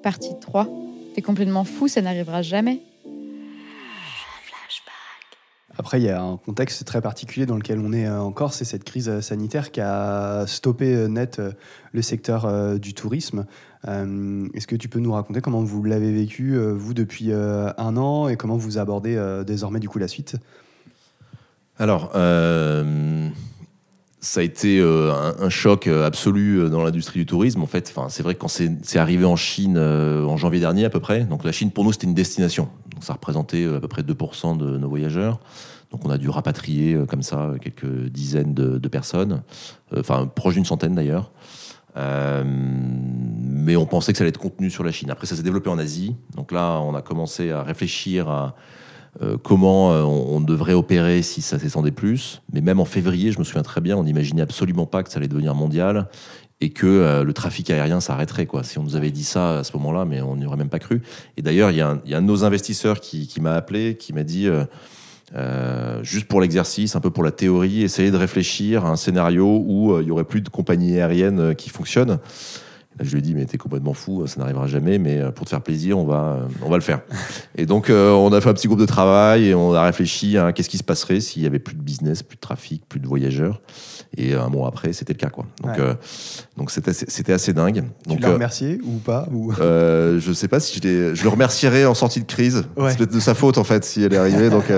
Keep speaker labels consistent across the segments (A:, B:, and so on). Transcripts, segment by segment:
A: partie 3. T'es complètement fou, ça n'arrivera jamais.
B: Après, il y a un contexte très particulier dans lequel on est encore, c'est cette crise sanitaire qui a stoppé net le secteur du tourisme. Est-ce que tu peux nous raconter comment vous l'avez vécu, vous, depuis un an, et comment vous abordez désormais du coup la suite ?
C: Alors, ça a été un choc absolu dans l'industrie du tourisme. En fait, c'est vrai que quand c'est arrivé en Chine en janvier dernier à peu près, donc la Chine pour nous c'était une destination. Donc ça représentait à peu près 2% de nos voyageurs. Donc on a dû rapatrier comme ça quelques dizaines de personnes, proche d'une centaine d'ailleurs. Mais on pensait que ça allait être contenu sur la Chine. Après ça s'est développé en Asie. Donc là on a commencé à réfléchir à comment on devrait opérer si ça s'étendait plus. Mais même en février, je me souviens très bien, on n'imaginait absolument pas que ça allait devenir mondial et que le trafic aérien s'arrêterait, quoi. Si on nous avait dit ça à ce moment-là, mais on n'y aurait même pas cru. Et d'ailleurs, il y a un de nos investisseurs qui m'a appelé, qui m'a dit, juste pour l'exercice, un peu pour la théorie, essayer de réfléchir à un scénario où il n'y aurait plus de compagnies aériennes qui fonctionnent. Là, je lui ai dit, mais t'es complètement fou, ça n'arrivera jamais, mais pour te faire plaisir, on va le faire. Et donc, on a fait un petit groupe de travail et on a réfléchi à qu'est-ce qui se passerait s'il y avait plus de business, plus de trafic, plus de voyageurs. Et un mois après, c'était le cas, quoi. Donc,
B: ouais.
C: Donc c'était assez dingue. Donc,
B: tu l'as remercié ou pas ou...
C: Je sais pas si je le remercierai en sortie de crise. Ouais. C'est peut-être de sa faute, en fait, si elle est arrivée. Donc,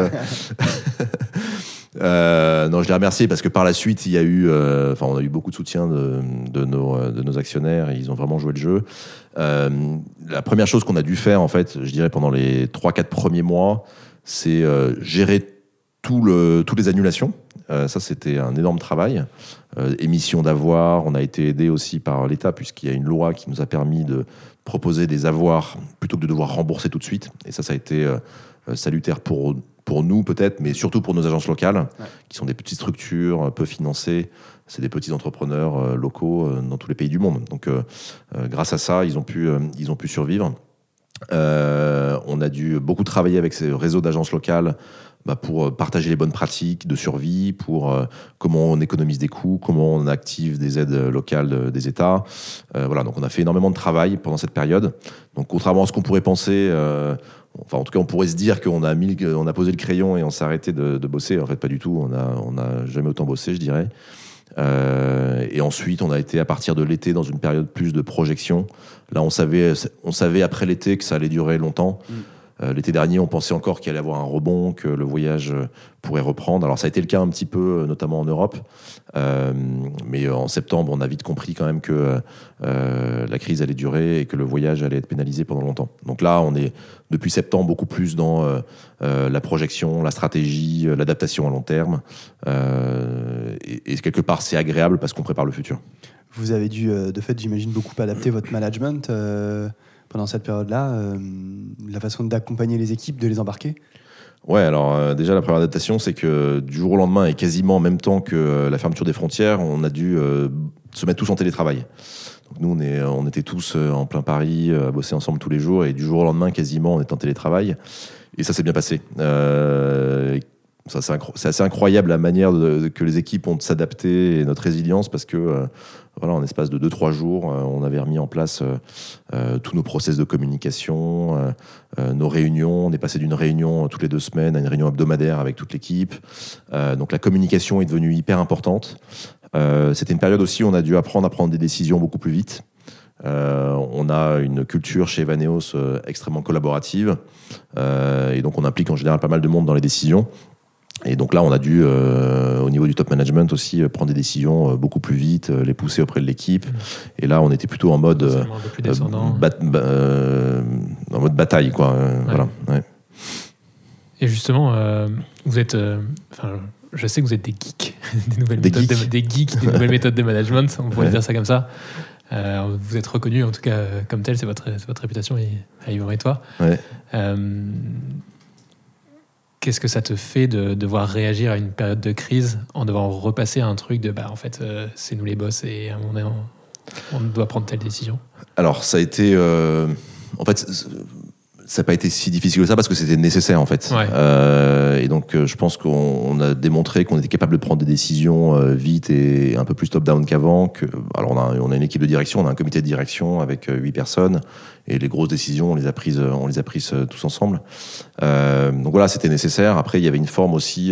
C: non, je l'ai remercié parce que par la suite, il y a eu, on a eu beaucoup de soutien de nos actionnaires et ils ont vraiment joué le jeu. La première chose qu'on a dû faire, en fait, je dirais pendant les 3-4 premiers mois, c'est gérer toutes les annulations. Ça, c'était un énorme travail. Émission d'avoirs, on a été aidé aussi par l'État puisqu'il y a une loi qui nous a permis de proposer des avoirs plutôt que de devoir rembourser tout de suite. Et ça a été salutaire pour nous peut-être, mais surtout pour nos agences locales, qui sont des petites structures peu financées. C'est des petits entrepreneurs locaux dans tous les pays du monde. Donc, grâce à ça, ils ont pu survivre. On a dû beaucoup travailler avec ces réseaux d'agences locales pour partager les bonnes pratiques de survie, pour comment on économise des coûts, comment on active des aides locales des États. Voilà, donc on a fait énormément de travail pendant cette période. Donc, contrairement à ce qu'on pourrait penser... en tout cas, on pourrait se dire qu'on a posé le crayon et on s'est arrêté de bosser. En fait, pas du tout. On n'a jamais autant bossé, je dirais. Et ensuite, on a été à partir de l'été dans une période plus de projection. Là, on savait après l'été que ça allait durer longtemps. L'été dernier, on pensait encore qu'il allait y avoir un rebond, que le voyage pourrait reprendre. Alors, ça a été le cas un petit peu, notamment en Europe. Mais en septembre, on a vite compris quand même que la crise allait durer et que le voyage allait être pénalisé pendant longtemps. Donc là, on est depuis septembre beaucoup plus dans la projection, la stratégie, l'adaptation à long terme. Et quelque part, c'est agréable parce qu'on prépare le futur.
B: Vous avez dû, de fait, j'imagine, beaucoup adapter votre management pendant cette période-là, la façon d'accompagner les équipes, de les embarquer.
C: Ouais, alors déjà la première adaptation, c'est que du jour au lendemain et quasiment en même temps que la fermeture des frontières, on a dû se mettre tous en télétravail. Donc nous, on était tous en plein Paris, à bosser ensemble tous les jours, et du jour au lendemain, quasiment, on était en télétravail. Et ça s'est bien passé. C'est assez incroyable la manière que les équipes ont de s'adapter et notre résilience, parce que en espace de 2-3 jours, on avait remis en place tous nos process de communication, nos réunions. On est passé d'une réunion toutes les 2 semaines à une réunion hebdomadaire avec toute l'équipe. Donc la communication est devenue hyper importante. C'était une période aussi où on a dû apprendre à prendre des décisions beaucoup plus vite. On a une culture chez Evaneos extrêmement collaborative, et donc on implique en général pas mal de monde dans les décisions. Et donc là, on a dû, au niveau du top management aussi, prendre des décisions beaucoup plus vite, les pousser auprès de l'équipe. Et là, on était plutôt en mode en mode bataille, quoi. Voilà. Ouais.
D: Et justement, vous êtes, je sais que vous êtes des geeks, des nouvelles méthodes de management. On pourrait dire ça comme ça. Vous êtes reconnus, en tout cas, comme tel. C'est votre réputation, à Yvan et toi.
C: Ouais.
D: Qu'est-ce que ça te fait de devoir réagir à une période de crise en devant repasser à un truc de en fait c'est nous les boss et on doit prendre telle décision?
C: Alors ça a été en fait ça n'a pas été si difficile que ça parce que c'était nécessaire en fait.
D: Ouais.
C: Et donc je pense qu'on a démontré qu'on était capable de prendre des décisions vite et un peu plus top-down qu'avant. Alors on a une équipe de direction, on a un comité de direction avec 8 personnes et les grosses décisions on les a prises tous ensemble. Donc voilà, c'était nécessaire. Après il y avait une forme aussi,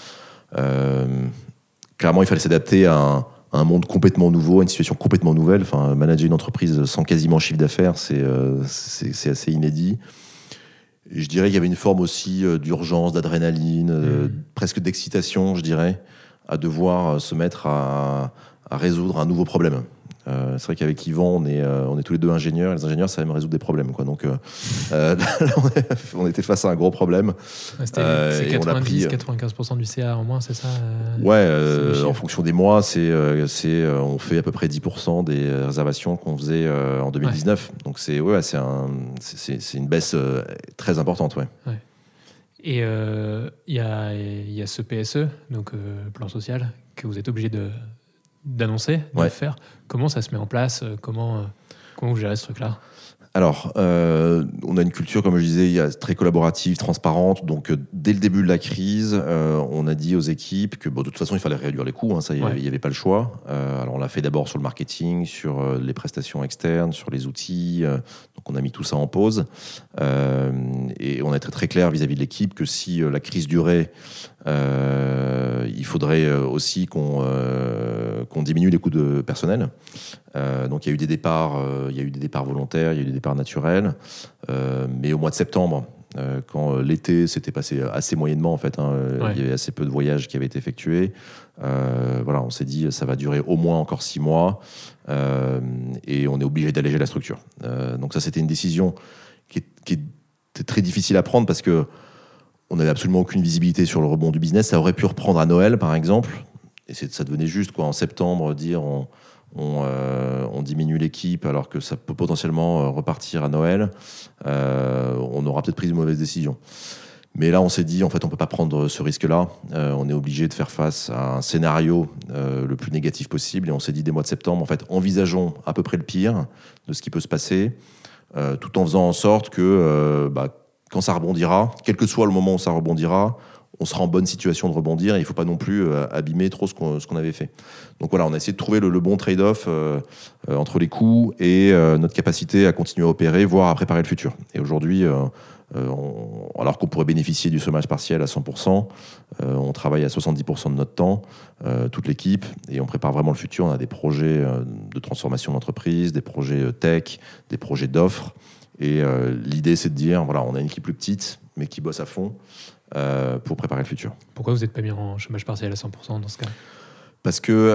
C: clairement il fallait s'adapter à un monde complètement nouveau, à une situation complètement nouvelle. Enfin, manager une entreprise sans quasiment chiffre d'affaires, c'est assez inédit. Et je dirais qu'il y avait une forme aussi d'urgence, d'adrénaline, presque d'excitation, je dirais, à devoir se mettre à résoudre un nouveau problème. C'est vrai qu'avec Yvan, on est tous les deux ingénieurs, et les ingénieurs savent résoudre des problèmes, quoi. Donc là, on était face à un gros problème.
D: C'est 90-95% du CA en moins, c'est ça
C: Ouais, en fonction des mois, on fait à peu près 10% des réservations qu'on faisait en 2019. Donc c'est une baisse très importante. Ouais.
D: Et il y a ce PSE, donc plan social, que vous êtes obligé d'annoncer, de faire. Comment ça se met en place ? Comment vous gérez ce truc-là ?
C: Alors, on a une culture, comme je disais, très collaborative, transparente. Donc, dès le début de la crise, on a dit aux équipes que, de toute façon, il fallait réduire les coûts. Ça, il n'y avait pas le choix. Alors, on l'a fait d'abord sur le marketing, sur les prestations externes, sur les outils. Donc, on a mis tout ça en pause. Et on a été très clair vis-à-vis de l'équipe que si la crise durait, il faudrait aussi qu'on diminue les coûts de personnel. Donc il y a eu des départs volontaires, il y a eu des départs naturels, mais au mois de septembre, quand l'été s'était passé assez moyennement en fait, il y avait assez peu de voyages qui avaient été effectués. On s'est dit ça va durer au moins encore 6 mois et on est obligé d'alléger la structure. Donc ça c'était une décision qui était très difficile à prendre parce que on n'avait absolument aucune visibilité sur le rebond du business. Ça aurait pu reprendre à Noël par exemple, et ça devenait juste en septembre dire on diminue l'équipe alors que ça peut potentiellement repartir à Noël. On aura peut-être pris une mauvaise décision. Mais là, on s'est dit, en fait, on ne peut pas prendre ce risque-là. On est obligé de faire face à un scénario le plus négatif possible. Et on s'est dit, dès mois de septembre, en fait, envisageons à peu près le pire de ce qui peut se passer, tout en faisant en sorte que quand ça rebondira, quel que soit le moment où ça rebondira, on sera en bonne situation de rebondir et il ne faut pas non plus abîmer trop ce qu'on avait fait. Donc voilà, on a essayé de trouver le bon trade-off entre les coûts et notre capacité à continuer à opérer, voire à préparer le futur. Et aujourd'hui, alors qu'on pourrait bénéficier du chômage partiel à 100%, on travaille à 70% de notre temps, toute l'équipe, et on prépare vraiment le futur. On a des projets de transformation d'entreprise, des projets tech, des projets d'offres. Et l'idée, c'est de dire, voilà, on a une équipe plus petite, mais qui bosse à fond pour préparer le futur.
D: Pourquoi vous n'êtes pas mis en chômage partiel à 100% dans ce cas ?
C: Parce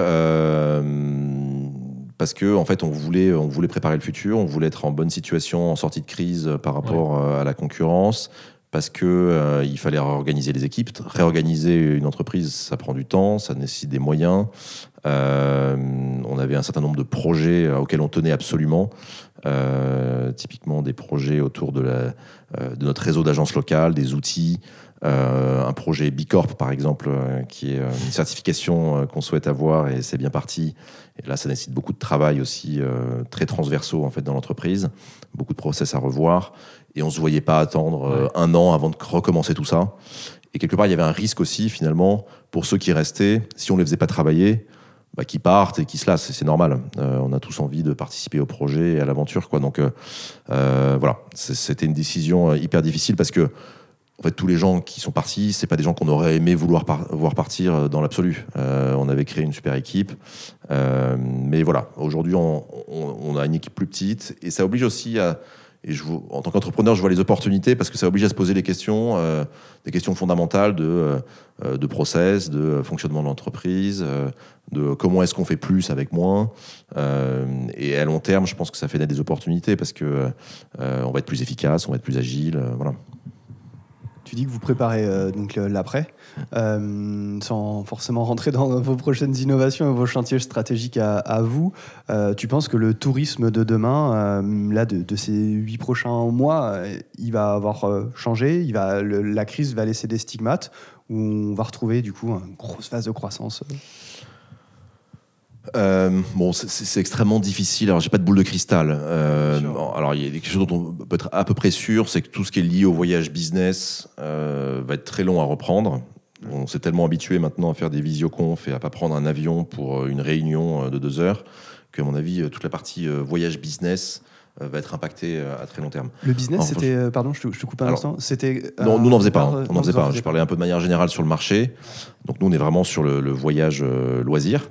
C: que en fait, on voulait préparer le futur, on voulait être en bonne situation en sortie de crise par rapport à la concurrence, parce que il fallait réorganiser les équipes. Réorganiser une entreprise, ça prend du temps, ça nécessite des moyens. On avait un certain nombre de projets auxquels on tenait absolument. Typiquement des projets autour de notre réseau d'agences locales, des outils, un projet Bicorp par exemple, qui est une certification qu'on souhaite avoir et c'est bien parti. Et là, ça nécessite beaucoup de travail aussi, très transversaux en fait dans l'entreprise, beaucoup de process à revoir. Et on se voyait pas attendre 1 an avant de recommencer tout ça. Et quelque part, il y avait un risque aussi finalement pour ceux qui restaient, si on les faisait pas travailler, qui partent et qui se lassent, c'est normal. On a tous envie de participer au projet et à l'aventure, quoi. Donc voilà, c'était une décision hyper difficile parce que en fait, tous les gens qui sont partis, c'est pas des gens qu'on aurait aimé voir partir dans l'absolu. On avait créé une super équipe, mais voilà. Aujourd'hui, on a une équipe plus petite et ça oblige aussi à. En tant qu'entrepreneur, je vois les opportunités parce que ça oblige à se poser des questions fondamentales de process, de fonctionnement de l'entreprise, de comment est-ce qu'on fait plus avec moins. Et à long terme, je pense que ça fait naître des opportunités parce que on va être plus efficace, on va être plus agile, voilà.
B: Tu dis que vous préparez donc l'après, sans forcément rentrer dans vos prochaines innovations et vos chantiers stratégiques à vous. Tu penses que le tourisme de demain, là de ces 8 prochains mois, il va avoir changé, la crise va laisser des stigmates, ou on va retrouver du coup une grosse phase de croissance
C: Bon, c'est extrêmement difficile. Alors, j'ai pas de boule de cristal. Alors, il y a quelque chose dont on peut être à peu près sûr, c'est que tout ce qui est lié au voyage business va être très long à reprendre. On s'est tellement habitué maintenant à faire des visioconf et à pas prendre un avion pour une réunion de 2 heures que, à mon avis, toute la partie voyage business va être impactée à très long terme.
B: Le business,
C: Alors,
B: c'était... Pardon, je te coupe un instant. C'était,
C: non, nous, on n'en faisait pas.
B: non,
C: On n'en faisait pas. Je parlais un peu de manière générale sur le marché. Donc, nous, on est vraiment sur le voyage loisir.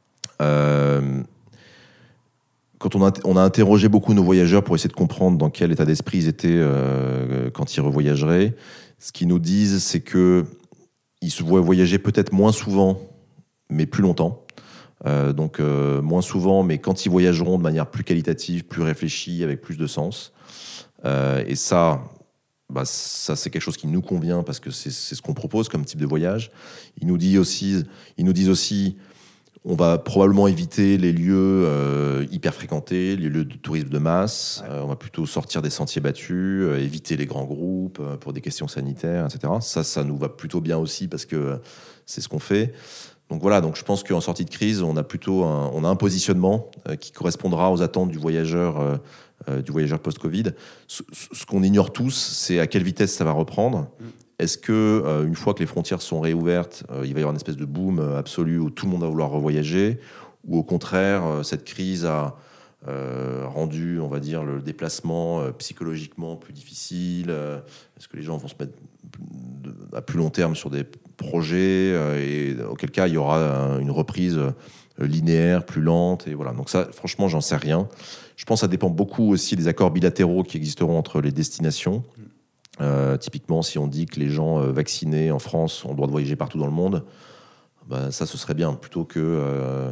C: Quand on a interrogé beaucoup nos voyageurs pour essayer de comprendre dans quel état d'esprit ils étaient quand ils revoyageraient, ce qu'ils nous disent, c'est que ils se voient voyager peut-être moins souvent, mais plus longtemps. Donc moins souvent, mais quand ils voyageront de manière plus qualitative, plus réfléchie, avec plus de sens. Et ça, c'est quelque chose qui nous convient parce que c'est ce qu'on propose comme type de voyage. Ils nous disent aussi on va probablement éviter les lieux hyper fréquentés, les lieux de tourisme de masse. On va plutôt sortir des sentiers battus, éviter les grands groupes pour des questions sanitaires, etc. Ça nous va plutôt bien aussi parce que c'est ce qu'on fait. Donc voilà, donc je pense qu'en sortie de crise, on a un positionnement qui correspondra aux attentes du voyageur post-Covid. Ce qu'on ignore tous, c'est à quelle vitesse ça va reprendre. Est-ce que une fois que les frontières sont réouvertes, il va y avoir une espèce de boom absolu où tout le monde va vouloir revoyager, ou au contraire, cette crise a rendu, on va dire, le déplacement psychologiquement plus difficile? Est-ce que les gens vont se mettre à plus long terme sur des projets et auquel cas il y aura une reprise linéaire, plus lente, et voilà. Donc ça, franchement, j'en sais rien. Je pense que ça dépend beaucoup aussi des accords bilatéraux qui existeront entre les destinations. Typiquement, si on dit que les gens vaccinés en France ont le droit de voyager partout dans le monde, ça, ce serait bien, plutôt que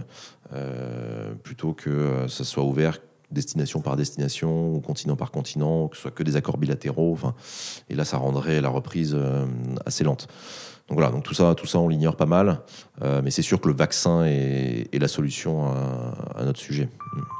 C: ça soit ouvert destination par destination ou continent par continent, ou que ce soit que des accords bilatéraux. Et là, ça rendrait la reprise assez lente. Donc voilà, donc tout ça, on l'ignore pas mal, mais c'est sûr que le vaccin est la solution à notre sujet.